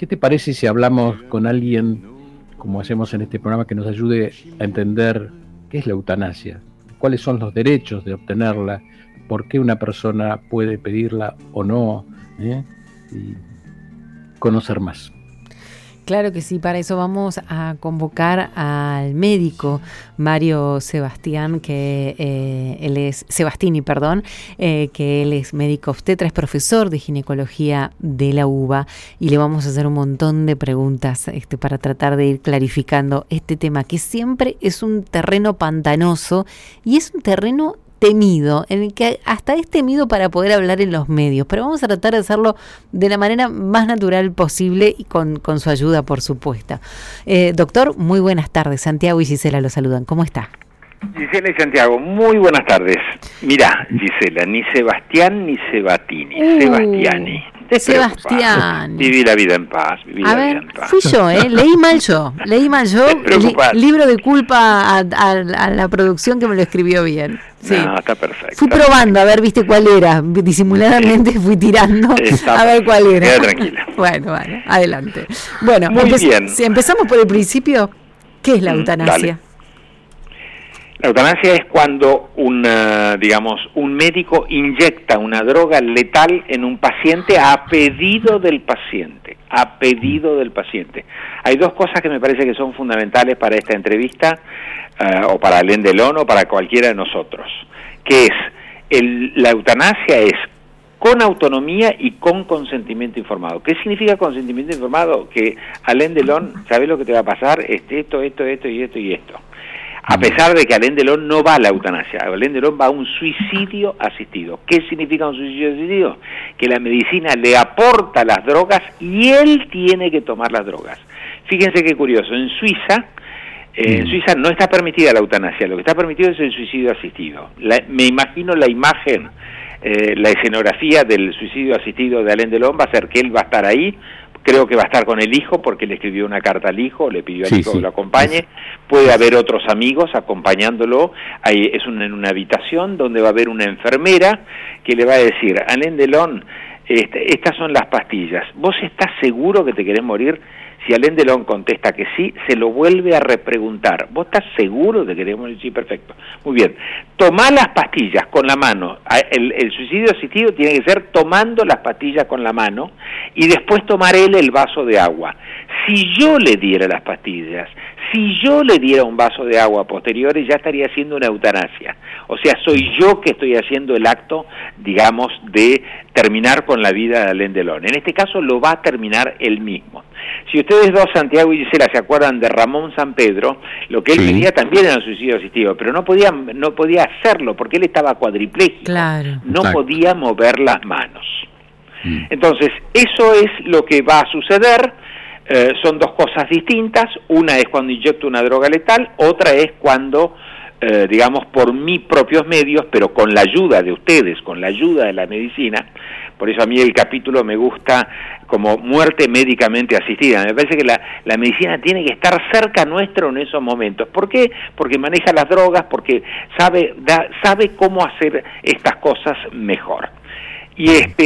¿qué te parece si hablamos con alguien, como hacemos en este programa, que nos ayude a entender qué es la eutanasia, cuáles son los derechos de obtenerla, por qué una persona puede pedirla o no, y conocer más? Claro que sí, para eso vamos a convocar al médico Mario Sebastián, que él es Sebastini, que él es médico obstetra, es profesor de ginecología de la UBA, y le vamos a hacer un montón de preguntas para tratar de ir clarificando este tema, que siempre es un terreno pantanoso y es un terreno temido, en el que hasta es temido para poder hablar en los medios, pero vamos a tratar de hacerlo de la manera más natural posible y con su ayuda, por supuesto. Doctor, muy buenas tardes. Santiago y Gisela lo saludan. ¿Cómo está? Gisela y Santiago, muy buenas tardes. Mirá, Gisela, ni Sebastián ni Sebatini, Sebastiani. Sebastián. Viví la vida en paz. A ver, fui yo, leí mal yo. Libro de culpa a la producción que me lo escribió bien. Sí. No, está perfecto. Fui probando a ver, viste cuál era. Disimuladamente fui tirando a ver cuál era. Queda tranquila. Bueno, adelante. Bueno, muy bien. Si empezamos por el principio, ¿qué es la eutanasia? Dale. La eutanasia es cuando un médico inyecta una droga letal en un paciente a pedido del paciente. Hay dos cosas que me parece que son fundamentales para esta entrevista, o para Alain Delon o para cualquiera de nosotros, que es, la eutanasia es con autonomía y con consentimiento informado. ¿Qué significa consentimiento informado? Que Alain Delon, ¿sabes lo que te va a pasar? Esto y esto. A pesar de que Alain Delon no va a la eutanasia, Alain Delon va a un suicidio asistido. ¿Qué significa un suicidio asistido? Que la medicina le aporta las drogas y él tiene que tomar las drogas. Fíjense qué curioso, en Suiza no está permitida la eutanasia, lo que está permitido es el suicidio asistido. Me imagino la imagen, la escenografía del suicidio asistido de Alain Delon va a ser que él va a estar ahí. Creo que va a estar con el hijo porque le escribió una carta al hijo, le pidió al hijo que lo acompañe. Puede haber otros amigos acompañándolo. En una habitación donde va a haber una enfermera que le va a decir: Alain Delon, estas son las pastillas. ¿Vos estás seguro que te querés morir? Si Alain Delon contesta que sí, se lo vuelve a repreguntar. ¿Vos estás seguro de que querés morir? Sí, perfecto. Muy bien. Tomá las pastillas con la mano. El suicidio asistido tiene que ser tomando las pastillas con la mano y después tomar él el vaso de agua. Si yo le diera las pastillas, si yo le diera un vaso de agua posterior, ya estaría haciendo una eutanasia. O sea, soy yo que estoy haciendo el acto, digamos, de terminar con la vida de Alain Delon. En este caso lo va a terminar él mismo. Si ustedes dos, Santiago y Gisela, se acuerdan de Ramón Sampedro, lo que él pedía también era un suicidio asistido, pero no podía hacerlo porque él estaba cuadripléjico, no podía mover las manos. Entonces, eso es lo que va a suceder. Son dos cosas distintas. Una es cuando inyecto una droga letal, otra es cuando, por mis propios medios, pero con la ayuda de ustedes, con la ayuda de la medicina. Por eso a mí el capítulo me gusta como muerte médicamente asistida. Me parece que la medicina tiene que estar cerca nuestro en esos momentos. ¿Por qué? Porque maneja las drogas, porque sabe cómo hacer estas cosas mejor. Y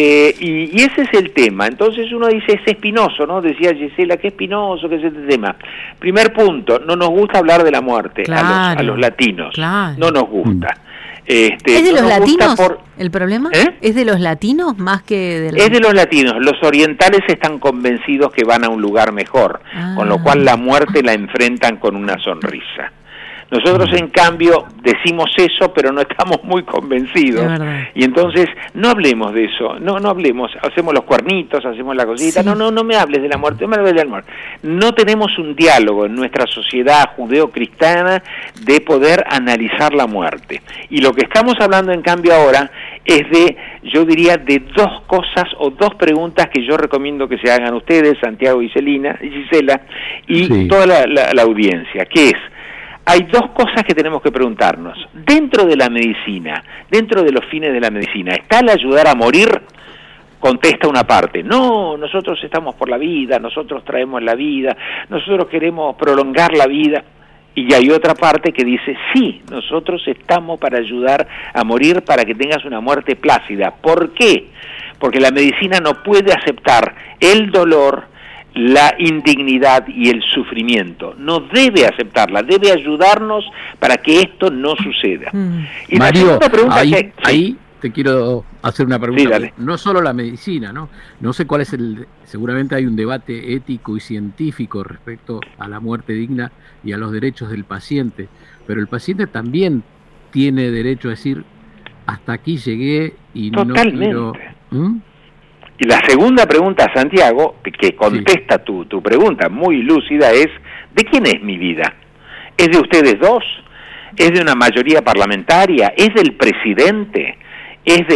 ese es el tema. Entonces uno dice, es espinoso, ¿no? Decía Gisela, qué espinoso que es este tema. Primer punto, no nos gusta hablar de la muerte a los latinos. No nos gusta. ¿Es de los latinos el problema? ¿Es de los latinos más que de los... Es de los latinos. Los orientales están convencidos que van a un lugar mejor, con lo cual la muerte la enfrentan con una sonrisa. Nosotros, en cambio, decimos eso, pero no estamos muy convencidos. Y entonces, no hablemos de eso, no hablemos, hacemos los cuernitos, hacemos la cosita, no me hables de la muerte, no me hables de la muerte. No tenemos un diálogo en nuestra sociedad judeo-cristiana de poder analizar la muerte. Y lo que estamos hablando, en cambio, ahora es yo diría, de dos cosas o dos preguntas que yo recomiendo que se hagan ustedes, Santiago y Gisela, y toda la audiencia, que es: hay dos cosas que tenemos que preguntarnos. Dentro de la medicina, dentro de los fines de la medicina, ¿está el ayudar a morir? Contesta una parte: no, nosotros estamos por la vida, nosotros traemos la vida, nosotros queremos prolongar la vida. Y hay otra parte que dice: sí, nosotros estamos para ayudar a morir para que tengas una muerte plácida. ¿Por qué? Porque la medicina no puede aceptar el dolor, la indignidad y el sufrimiento. No debe aceptarla, debe ayudarnos para que esto no suceda. Y Mario, ahí te quiero hacer una pregunta. Sí, no solo la medicina, ¿no? No sé cuál es seguramente hay un debate ético y científico respecto a la muerte digna y a los derechos del paciente, pero el paciente también tiene derecho a decir, hasta aquí llegué y totalmente. No quiero... Y la segunda pregunta, Santiago, que contesta tu pregunta muy lúcida, es: ¿de quién es mi vida? ¿Es de ustedes dos? ¿Es de una mayoría parlamentaria? ¿Es del presidente? ¿Es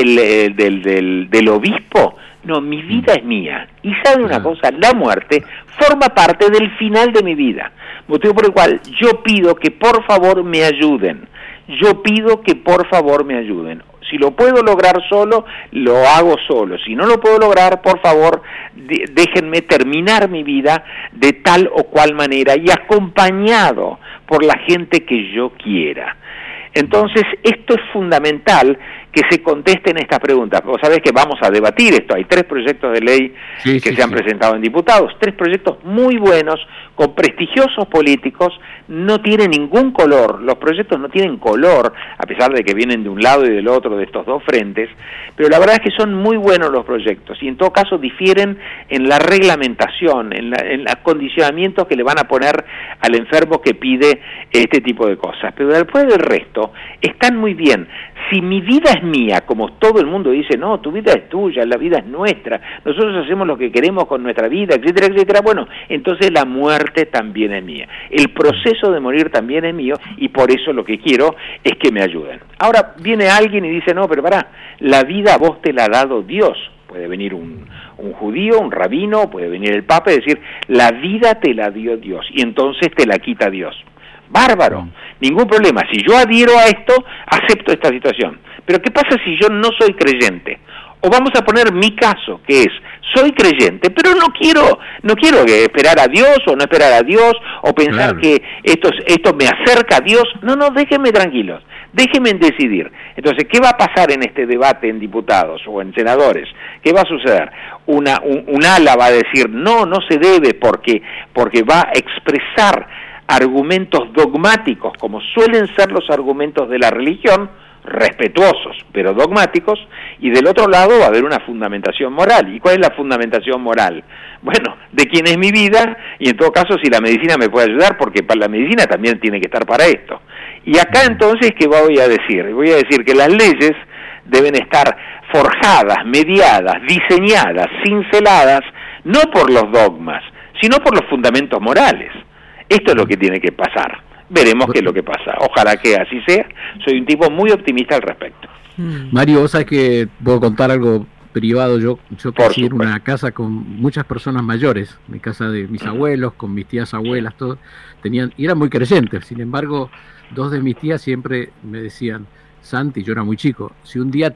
del obispo? No, mi vida es mía. Y sabe una cosa, la muerte forma parte del final de mi vida. Motivo por el cual yo pido que por favor me ayuden. Yo pido que por favor me ayuden. Si lo puedo lograr solo, lo hago solo. Si no lo puedo lograr, por favor, déjenme terminar mi vida de tal o cual manera y acompañado por la gente que yo quiera. Entonces, esto es fundamental que se contesten estas preguntas. Vos sabés que vamos a debatir esto. Hay 3 proyectos de ley que se han presentado en diputados. 3 proyectos muy buenos, con prestigiosos políticos. No tienen ningún color. Los proyectos no tienen color, a pesar de que vienen de un lado y del otro de estos dos frentes. Pero la verdad es que son muy buenos los proyectos. Y en todo caso difieren en la reglamentación, en los condicionamientos que le van a poner al enfermo que pide este tipo de cosas. Pero después del resto, están muy bien. Si mi vida es mía, como todo el mundo dice, no, tu vida es tuya, la vida es nuestra, nosotros hacemos lo que queremos con nuestra vida, etcétera, etcétera, bueno, entonces la muerte también es mía. El proceso de morir también es mío y por eso lo que quiero es que me ayuden. Ahora viene alguien y dice, no, pero pará, la vida a vos te la ha dado Dios. Puede venir un judío, un rabino, puede venir el papa y decir, la vida te la dio Dios y entonces te la quita Dios. Bárbaro, ningún problema. Si yo adhiero a esto, acepto esta situación. Pero ¿qué pasa si yo no soy creyente? O vamos a poner mi caso, que es, soy creyente, pero no quiero esperar a Dios o no esperar a Dios, o pensar que esto me acerca a Dios. No, déjenme tranquilos, déjenme decidir. Entonces, ¿qué va a pasar en este debate en diputados o en senadores? ¿Qué va a suceder? Un ala va a decir, no se debe porque va a expresar argumentos dogmáticos, como suelen ser los argumentos de la religión, respetuosos, pero dogmáticos, y del otro lado va a haber una fundamentación moral. ¿Y cuál es la fundamentación moral? Bueno, de quién es mi vida, y en todo caso si la medicina me puede ayudar, porque la medicina también tiene que estar para esto. Y acá entonces, ¿qué voy a decir? Voy a decir que las leyes deben estar forjadas, mediadas, diseñadas, cinceladas, no por los dogmas, sino por los fundamentos morales. Esto es lo que tiene que pasar. Veremos qué es lo que pasa. Ojalá que así sea. Soy un tipo muy optimista al respecto. Mario, vos sabés que puedo contar algo privado. Yo crecí en una casa con muchas personas mayores. Mi casa de mis abuelos, con mis tías abuelas, todos y eran muy creyentes. Sin embargo, 2 de mis tías siempre me decían, Santi, yo era muy chico, si un día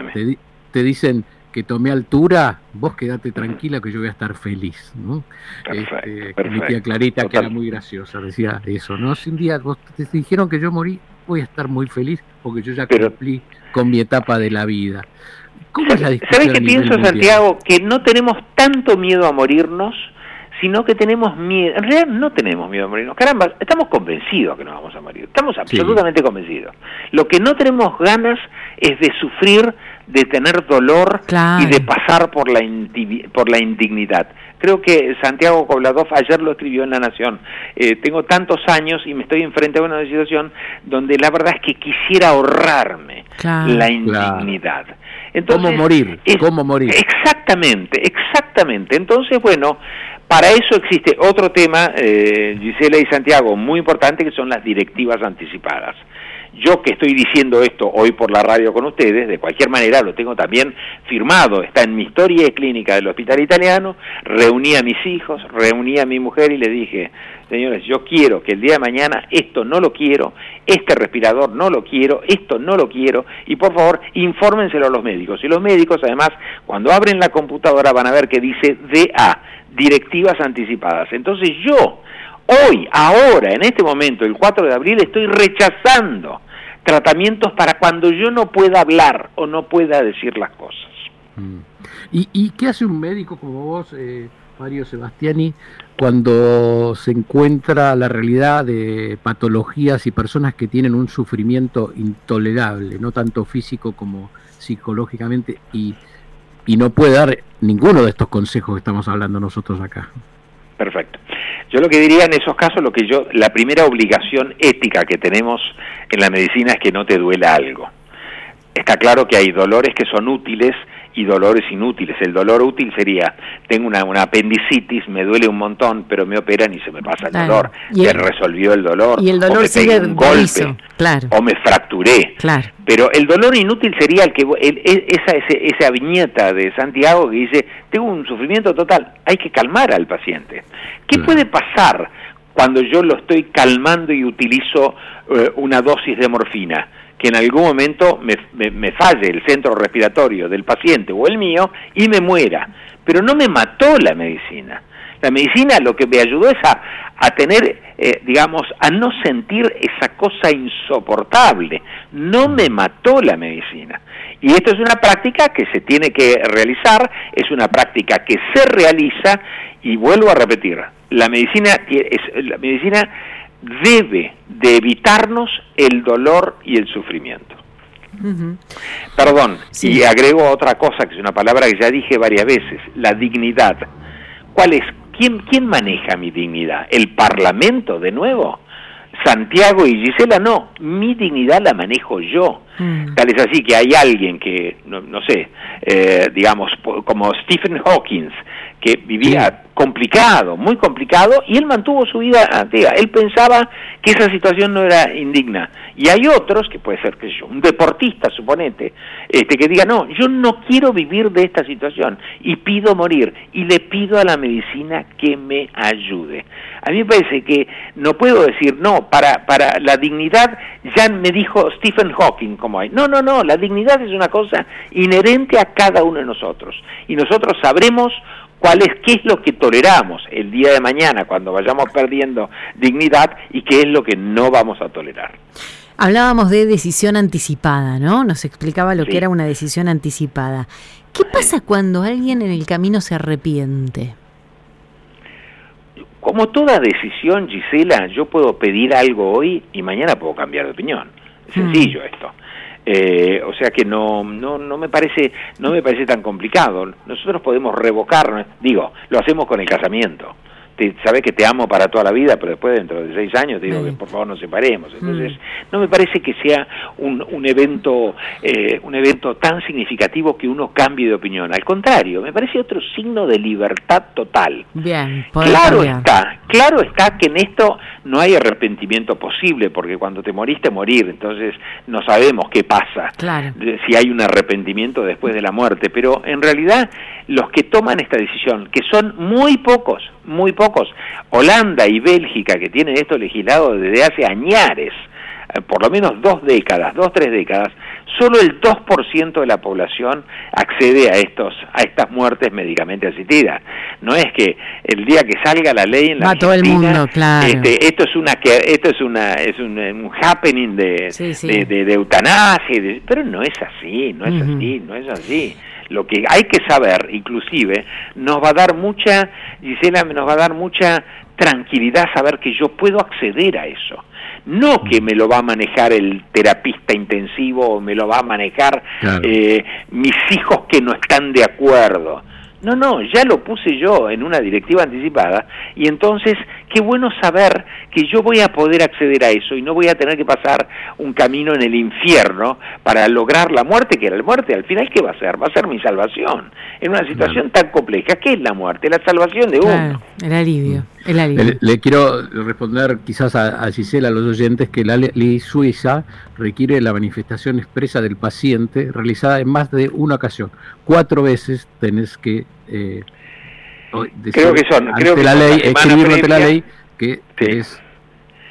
te dicen que tomé altura, vos quedate tranquila que yo voy a estar feliz, ¿no? Perfecto. Mi tía Clarita, que era muy graciosa, decía eso, ¿no? Si un día vos te dijeron que yo morí, voy a estar muy feliz porque yo ya cumplí con mi etapa de la vida. ¿Cómo es la discusión? ¿Sabés qué pienso, Santiago? Que no tenemos tanto miedo a morirnos, sino que tenemos miedo. En realidad no tenemos miedo a morirnos. Caramba, estamos convencidos que nos vamos a morir. Estamos absolutamente convencidos. Lo que no tenemos ganas es de sufrir, de tener dolor y de pasar por la indignidad. Creo que Santiago Kobladov ayer lo escribió en La Nación. Tengo tantos años y me estoy enfrente a una situación donde la verdad es que quisiera ahorrarme la indignidad. Entonces, ¿Cómo morir? Exactamente. Entonces, bueno, para eso existe otro tema, Gisela y Santiago, muy importante, que son las directivas anticipadas. Yo que estoy diciendo esto hoy por la radio con ustedes, de cualquier manera lo tengo también firmado, está en mi historia clínica del Hospital Italiano. Reuní a mis hijos, reuní a mi mujer y les dije, señores, yo quiero que el día de mañana esto no lo quiero, este respirador no lo quiero, esto no lo quiero, y por favor infórmenselo a los médicos. Y los médicos además, cuando abren la computadora van a ver que dice DA, directivas anticipadas. Entonces yo, hoy, ahora, en este momento, el 4 de abril, estoy rechazando tratamientos para cuando yo no pueda hablar o no pueda decir las cosas. ¿Y qué hace un médico como vos, Mario Sebastiani, cuando se encuentra la realidad de patologías y personas que tienen un sufrimiento intolerable, no tanto físico como psicológicamente, y no puede dar ninguno de estos consejos que estamos hablando nosotros acá? Perfecto. Yo lo que diría en esos casos, la primera obligación ética que tenemos en la medicina es que no te duela algo. Está claro que hay dolores que son útiles y dolores inútiles. El dolor útil sería, tengo una apendicitis, me duele un montón, pero me operan y se me pasa el dolor. Se resolvió el dolor. Y el dolor sigue un golpe, o me fracturé. Claro. Pero el dolor inútil sería esa viñeta de Santiago que dice, tengo un sufrimiento total, hay que calmar al paciente. ¿Qué puede pasar cuando yo lo estoy calmando y utilizo una dosis de morfina? Que en algún momento me falle el centro respiratorio del paciente o el mío y me muera. Pero no me mató la medicina. La medicina lo que me ayudó es a tener, a no sentir esa cosa insoportable. No me mató la medicina. Y esto es una práctica que se tiene que realizar, es una práctica que se realiza, y vuelvo a repetir, la medicina debe de evitarnos el dolor y el sufrimiento. Uh-huh. Perdón, sí. Y agrego otra cosa, que es una palabra que ya dije varias veces, la dignidad. ¿Cuál es? ¿Quién maneja mi dignidad? ¿El Parlamento de nuevo? Santiago y Gisela no, mi dignidad la manejo yo. Tal es así que hay alguien que, no sé, como Stephen Hawking, que vivía complicado, muy complicado, y él mantuvo su vida antigua. Él pensaba que esa situación no era indigna. Y hay otros, que puede ser, un deportista, suponete, que diga, no, yo no quiero vivir de esta situación, y pido morir, y le pido a la medicina que me ayude. A mí me parece que no puedo decir, no, para la dignidad, ya me dijo Stephen Hawking, como hay. No, la dignidad es una cosa inherente a cada uno de nosotros, y nosotros sabremos qué es lo que toleramos el día de mañana cuando vayamos perdiendo dignidad y qué es lo que no vamos a tolerar. Hablábamos de decisión anticipada, ¿no? Nos explicaba lo que era una decisión anticipada. ¿Qué pasa cuando alguien en el camino se arrepiente? Como toda decisión, Gisela, yo puedo pedir algo hoy y mañana puedo cambiar de opinión. Es sencillo esto. O sea que no me parece tan complicado. Nosotros podemos revocar, lo hacemos con el casamiento. Sabes que te amo para toda la vida, pero después dentro de 6 años te digo que por favor nos separemos. Entonces no me parece que sea un evento tan significativo que uno cambie de opinión. Al contrario, me parece otro signo de libertad total. Bien, claro está que en esto no hay arrepentimiento posible, porque cuando te moriste morir, entonces no sabemos qué pasa, si hay un arrepentimiento después de la muerte, pero en realidad los que toman esta decisión, que son muy pocos, Holanda y Bélgica, que tienen esto legislado desde hace añares, por lo menos 3 décadas, solo el 2% de la población accede a estas muertes médicamente asistidas. No es que el día que salga la ley en la Argentina, todo el mundo, claro. Esto es un happening de eutanasia, pero no es así, no es así. Lo que hay que saber, inclusive, nos va a dar mucha tranquilidad saber que yo puedo acceder a eso. No que me lo va a manejar el terapista intensivo o me lo va a manejar mis hijos que no están de acuerdo. No, ya lo puse yo en una directiva anticipada, y entonces qué bueno saber que yo voy a poder acceder a eso y no voy a tener que pasar un camino en el infierno para lograr la muerte, que la muerte al final ¿qué va a ser? Va a ser mi salvación. En una situación tan compleja, ¿qué es la muerte? La salvación de uno. El alivio. Le quiero responder quizás a Gisela, a los oyentes, que la ley suiza requiere la manifestación expresa del paciente realizada en más de una ocasión. 4 veces tenés que creo que son la ley, escribirlo ante la ley que es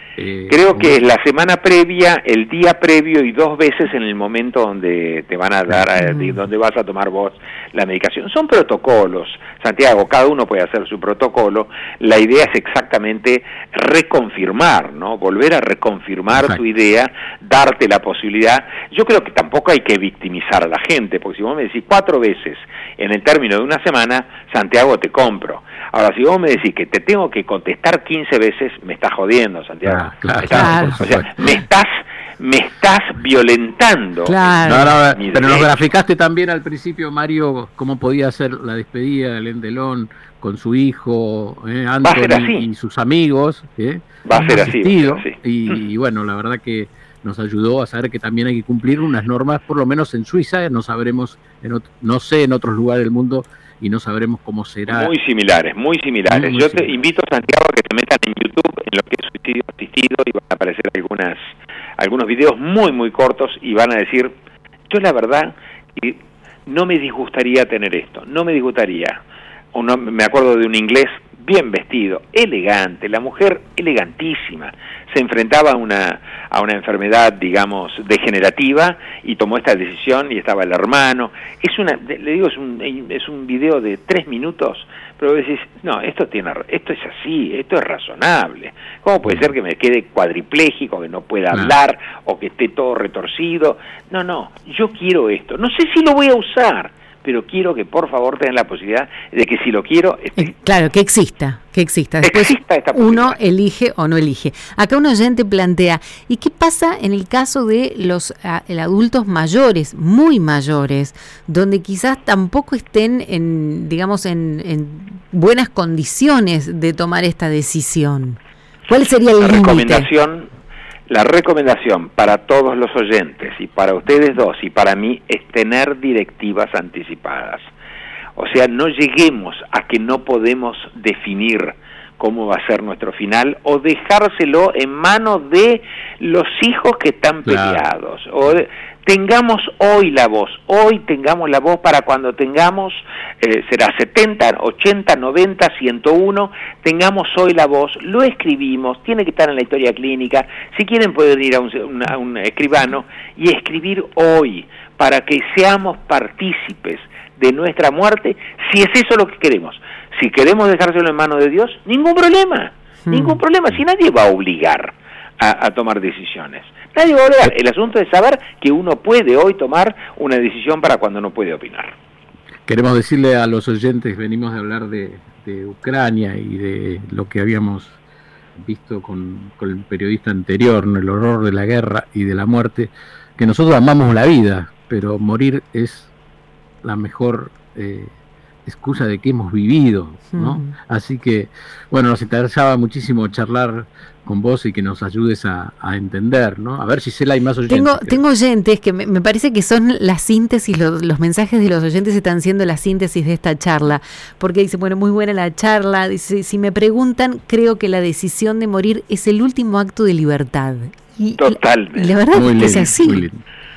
Creo que es la semana previa, el día previo y 2 veces en el momento donde te van a dar, donde vas a tomar vos la medicación. Son protocolos, Santiago, cada uno puede hacer su protocolo. La idea es exactamente reconfirmar, ¿no? Volver a reconfirmar tu idea, darte la posibilidad. Yo creo que tampoco hay que victimizar a la gente, porque si vos me decís 4 veces en el término de una semana, Santiago, te compro. Ahora, si vos me decís que te tengo que contestar 15 veces, me estás jodiendo, Santiago. Claro. O sea, me estás violentando. Claro. Pero nos graficaste también al principio, Mario, cómo podía ser la despedida de Alain Delon con su hijo, Anthony, y sus amigos. Va a ser así. Y bueno, la verdad que nos ayudó a saber que también hay que cumplir unas normas, por lo menos en Suiza, no sabremos, no sé en otros lugares del mundo, y no sabremos cómo será. Muy similares. Yo te invito, Santiago, a que te metan en YouTube en lo que es suicidio asistido y van a aparecer algunos videos muy, muy cortos y van a decir, yo la verdad que no me disgustaría tener esto, no me disgustaría. Me acuerdo de un inglés bien vestido, elegante, la mujer elegantísima, se enfrentaba a una enfermedad, digamos, degenerativa y tomó esta decisión y estaba el hermano. Es un video de 3 minutos, pero decís, no, esto es así, esto es razonable. ¿Cómo puede ser que me quede cuadripléjico, que no pueda hablar o que esté todo retorcido? No, yo quiero esto. No sé si lo voy a usar, pero quiero que por favor tengan la posibilidad de que si lo quiero... Claro, que exista. Después uno elige o no elige. Acá un oyente plantea, ¿y qué pasa en el caso de los adultos mayores, muy mayores, donde quizás tampoco estén en buenas condiciones de tomar esta decisión? ¿Cuál sería el límite? La recomendación para todos los oyentes y para ustedes dos y para mí es tener directivas anticipadas. O sea, no lleguemos a que no podemos definir cómo va a ser nuestro final o dejárselo en manos de los hijos que están peleados. Tengamos hoy la voz para cuando tengamos, será 70, 80, 90, 101, tengamos hoy la voz, lo escribimos, tiene que estar en la historia clínica, si quieren pueden ir a un escribano y escribir hoy, para que seamos partícipes de nuestra muerte, si es eso lo que queremos. Si queremos dejárselo en manos de Dios, ningún problema, si nadie va a obligar a tomar decisiones. Nadie va a obligar. El asunto es saber que uno puede hoy tomar una decisión para cuando no puede opinar. Queremos decirle a los oyentes, venimos de hablar de Ucrania y de lo que habíamos visto con el periodista anterior, ¿no? El horror de la guerra y de la muerte, que nosotros amamos la vida, pero morir es la mejor excusa de que hemos vivido, ¿no? Así que, bueno, nos interesaba muchísimo charlar con vos y que nos ayudes a entender, ¿no? A ver si hay más oyentes. Tengo oyentes que me parece que son la síntesis, los mensajes de los oyentes están siendo la síntesis de esta charla, porque dice, bueno, muy buena la charla, dice, si me preguntan, creo que la decisión de morir es el último acto de libertad. Totalmente. La verdad es que es así.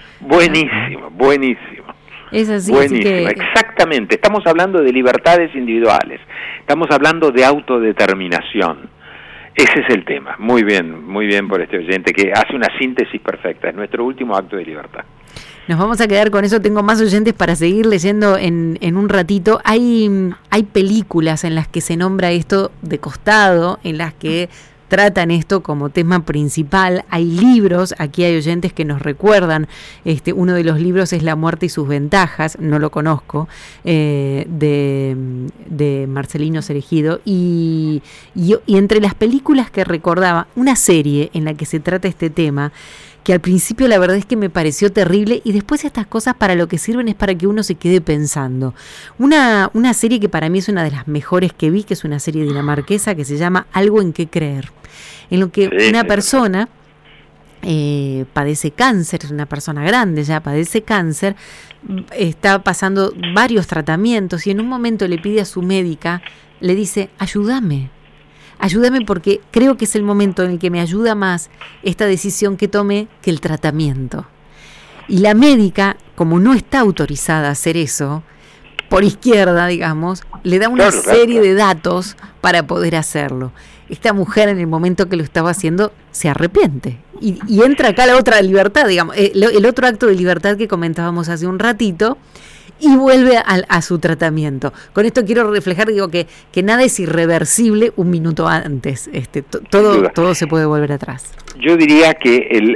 Buenísimo. Es así. Buenísimo, así que... exactamente. Estamos hablando de libertades individuales, estamos hablando de autodeterminación. Ese es el tema. Muy bien por este oyente que hace una síntesis perfecta. Es nuestro último acto de libertad. Nos vamos a quedar con eso. Tengo más oyentes para seguir leyendo en un ratito. Hay películas en las que se nombra esto de costado, en las que tratan esto como tema principal. Hay libros, aquí hay oyentes que nos recuerdan, uno de los libros es La muerte y sus ventajas, no lo conozco, de Marcelino Cereijido, y entre las películas que recordaba, una serie en la que se trata este tema, que al principio la verdad es que me pareció terrible, y después estas cosas para lo que sirven es para que uno se quede pensando. Una serie que para mí es una de las mejores que vi, que es una serie dinamarquesa que se llama Algo en qué creer, en lo que una persona padece cáncer, es una persona grande ya, padece cáncer, está pasando varios tratamientos y en un momento le pide a su médica, le dice, ayúdame porque creo que es el momento en el que me ayuda más esta decisión que tomé que el tratamiento. Y la médica, como no está autorizada a hacer eso, por izquierda, digamos, le da una serie de datos para poder hacerlo. Esta mujer, en el momento que lo estaba haciendo, se arrepiente. Y entra acá la otra libertad, digamos, el otro acto de libertad que comentábamos hace un ratito, y vuelve a su tratamiento. Con esto quiero reflejar, digo, que nada es irreversible un minuto antes. Todo se puede volver atrás. Yo diría que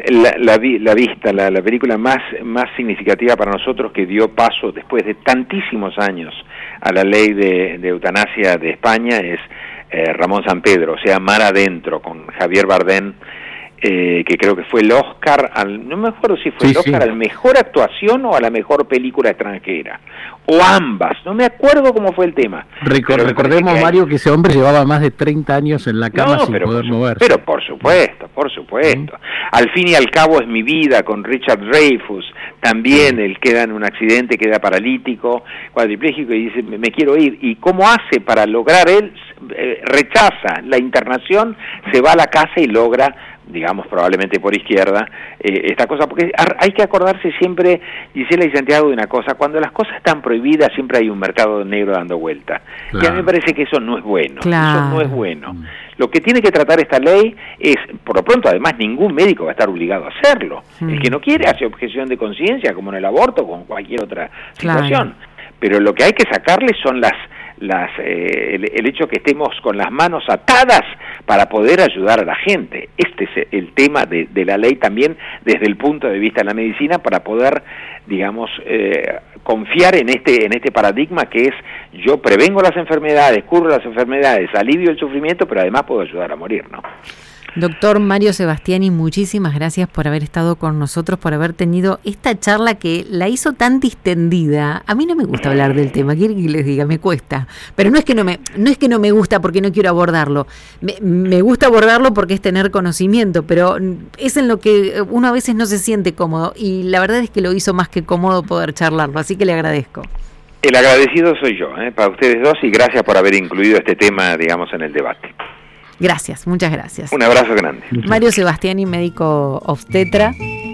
la película más significativa para nosotros, que dio paso después de tantísimos años a la ley de eutanasia de España, es Ramón Sampedro, o sea, Mar Adentro, con Javier Bardem, que creo que fue el Oscar, no me acuerdo si fue el Oscar a la mejor actuación o a la mejor película extranjera, o ambas, no me acuerdo cómo fue el tema. Recordemos, Mario, que ese hombre llevaba más de 30 años en la cama sin poder moverse. Pero por supuesto. Al fin y al cabo es mi vida, con Richard Dreyfuss, también él queda en un accidente, queda paralítico, cuadripléjico, y dice, me quiero ir. ¿Y cómo hace para lograr él? Rechaza la internación, se va a la casa y logra, digamos, probablemente por izquierda, esta cosa, porque hay que acordarse siempre, Gisela y Santiago, de una cosa: cuando las cosas están prohibidas siempre hay un mercado negro dando vuelta, y a mí me parece que eso no es bueno, eso no es bueno. Lo que tiene que tratar esta ley es, por lo pronto, además ningún médico va a estar obligado a hacerlo, el que no quiere hace objeción de conciencia, como en el aborto o con cualquier otra situación, pero lo que hay que sacarle son el hecho que estemos con las manos atadas para poder ayudar a la gente. Este es el tema de la ley también desde el punto de vista de la medicina, para poder, digamos, confiar en este paradigma que es: yo prevengo las enfermedades, curo las enfermedades, alivio el sufrimiento, pero además puedo ayudar a morir, ¿no? Doctor Mario Sebastiani, muchísimas gracias por haber estado con nosotros, por haber tenido esta charla que la hizo tan distendida. A mí no me gusta hablar del tema, quiero que les diga, me cuesta. Pero no es que no me gusta porque no quiero abordarlo. Me gusta abordarlo porque es tener conocimiento, pero es en lo que uno a veces no se siente cómodo, y la verdad es que lo hizo más que cómodo poder charlarlo, así que le agradezco. El agradecido soy yo, para ustedes dos, y gracias por haber incluido este tema, digamos, en el debate. Gracias, muchas gracias. Un abrazo grande. Mario Sebastiani, médico obstetra.